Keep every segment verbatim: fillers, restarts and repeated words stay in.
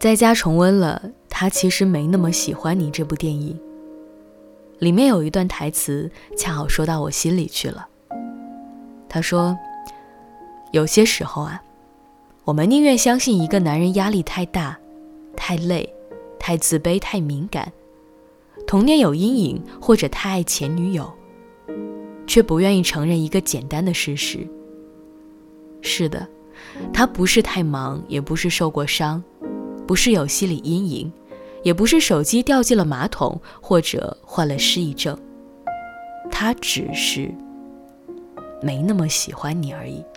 在家重温了《他其实没那么喜欢你》这部电影，里面有一段台词恰好说到我心里去了。他说，有些时候啊，我们宁愿相信一个男人压力太大、太累、太自卑、太敏感，童年有阴影，或者太爱前女友，却不愿意承认一个简单的事实。是的，他不是太忙，也不是受过伤，不是有心理阴影，也不是手机掉进了马桶，或者患了失忆症，他只是没那么喜欢你而已。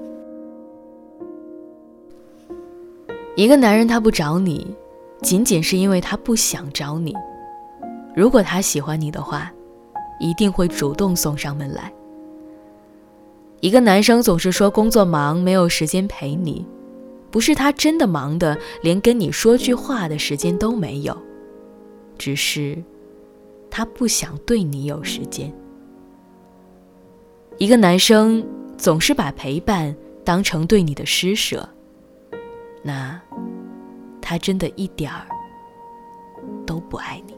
一个男人他不找你，仅仅是因为他不想找你。如果他喜欢你的话，一定会主动送上门来。一个男生总是说工作忙，没有时间陪你，不是他真的忙的连跟你说句话的时间都没有，只是他不想对你有时间。一个男生总是把陪伴当成对你的施舍，那他真的一点儿都不爱你。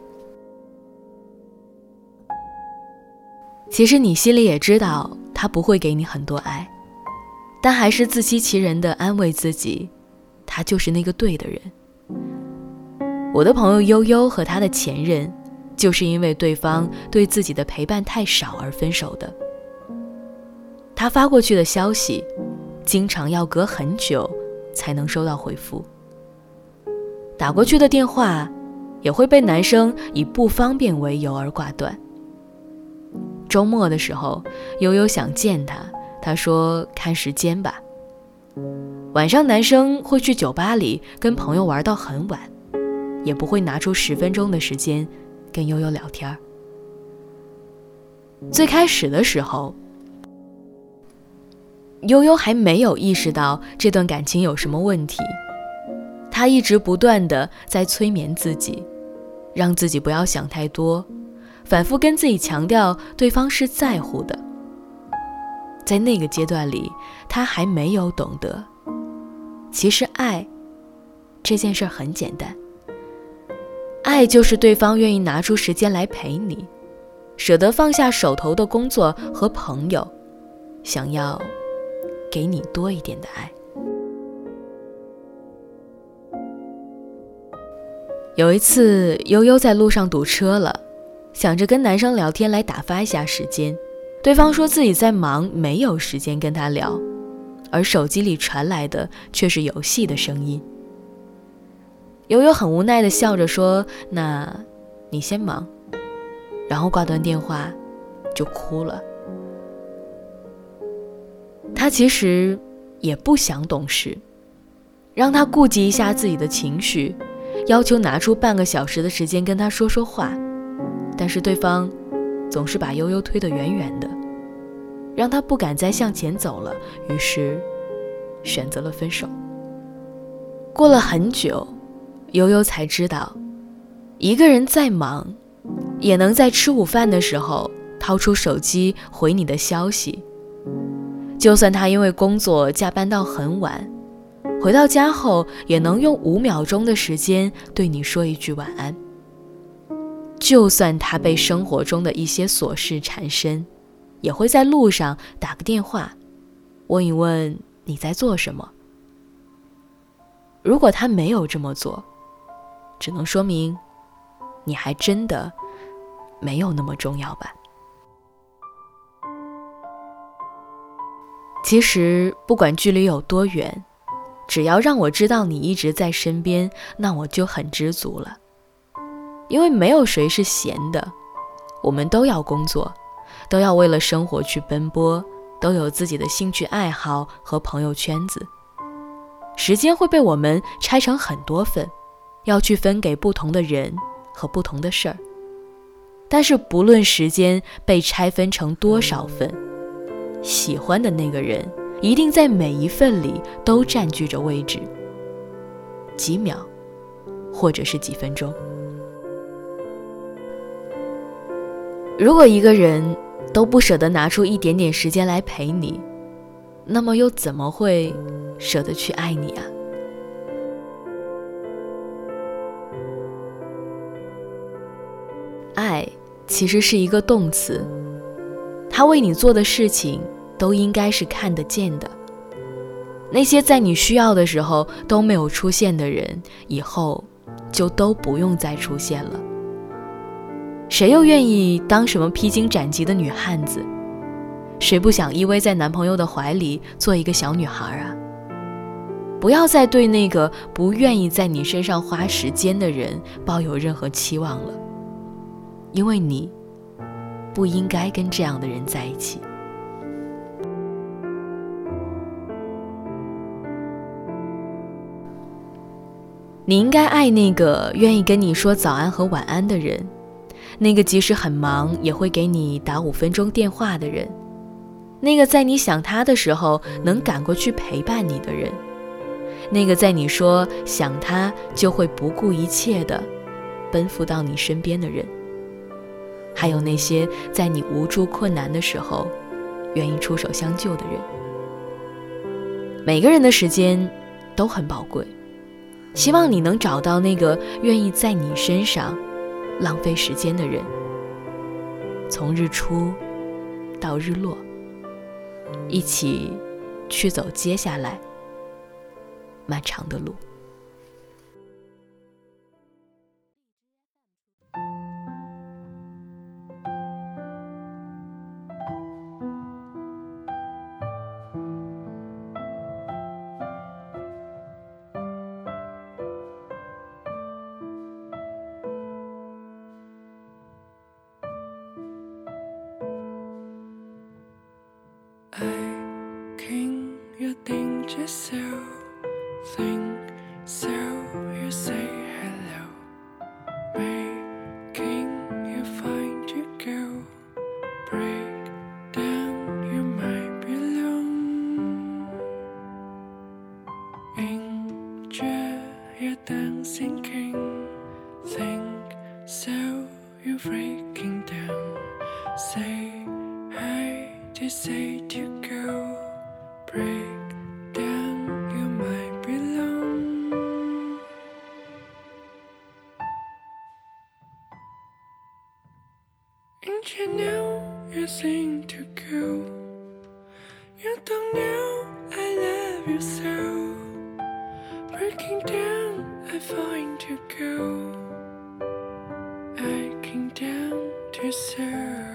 其实你心里也知道他不会给你很多爱，但还是自欺欺人地安慰自己，他就是那个对的人。我的朋友悠悠和他的前任，就是因为对方对自己的陪伴太少而分手的。他发过去的消息，经常要隔很久才能收到回复。打过去的电话，也会被男生以不方便为由而挂断。周末的时候，悠悠想见他，他说看时间吧。晚上男生会去酒吧里跟朋友玩到很晚，也不会拿出十分钟的时间跟悠悠聊天。最开始的时候，悠悠还没有意识到这段感情有什么问题，他一直不断地在催眠自己，让自己不要想太多，反复跟自己强调对方是在乎的。在那个阶段里，他还没有懂得，其实爱这件事很简单，爱就是对方愿意拿出时间来陪你，舍得放下手头的工作和朋友，想要给你多一点的爱。有一次，悠悠在路上堵车了，想着跟男生聊天来打发一下时间，对方说自己在忙，没有时间跟他聊，而手机里传来的却是游戏的声音。悠悠很无奈地笑着说，那你先忙，然后挂断电话就哭了。他其实也不想懂事，让他顾及一下自己的情绪，要求拿出半个小时的时间跟他说说话，但是对方总是把悠悠推得远远的，让他不敢再向前走了，于是选择了分手。过了很久，悠悠才知道，一个人再忙，也能在吃午饭的时候掏出手机回你的消息。就算他因为工作加班到很晚，回到家后也能用五秒钟的时间对你说一句晚安。就算他被生活中的一些琐事缠身，也会在路上打个电话，问一问你在做什么。如果他没有这么做，只能说明你还真的没有那么重要吧。其实不管距离有多远，只要让我知道你一直在身边，那我就很知足了。因为没有谁是闲的，我们都要工作，都要为了生活去奔波，都有自己的兴趣爱好和朋友圈子。时间会被我们拆成很多份，要去分给不同的人和不同的事儿。但是不论时间被拆分成多少份，喜欢的那个人一定在每一份里都占据着位置，几秒或者是几分钟。如果一个人都不舍得拿出一点点时间来陪你，那么又怎么会舍得去爱你啊？ 其实是一个动词，他为你做的事情都应该是看得见的。那些在你需要的时候都没有出现的人，以后就都不用再出现了。谁又愿意当什么披荆斩棘的女汉子？谁不想依偎在男朋友的怀里做一个小女孩啊？不要再对那个不愿意在你身上花时间的人抱有任何期望了，因为你不应该跟这样的人在一起。你应该爱那个愿意跟你说早安和晚安的人，那个即使很忙也会给你打五分钟电话的人，那个在你想他的时候能赶过去陪伴你的人，那个在你说想他就会不顾一切地奔赴到你身边的人，还有那些在你无助困难的时候愿意出手相救的人。每个人的时间都很宝贵，希望你能找到那个愿意在你身上浪费时间的人，从日出到日落，一起去走接下来漫长的路。 I can you think just so think so you say hello making you find you go break down you might belong enjoy your dancing king think so you breaking down say hi to say to go break down you might belong and you know you sing to go you don't know I love you so breaking down I find to go I came down to serve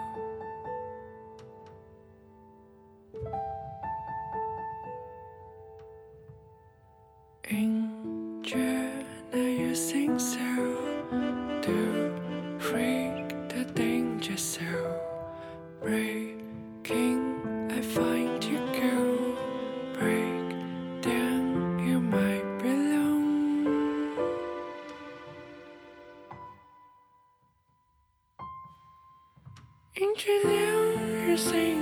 enjoy now you sing so do freak the danger so breaking I find you go break down you might belong enjoy now you sing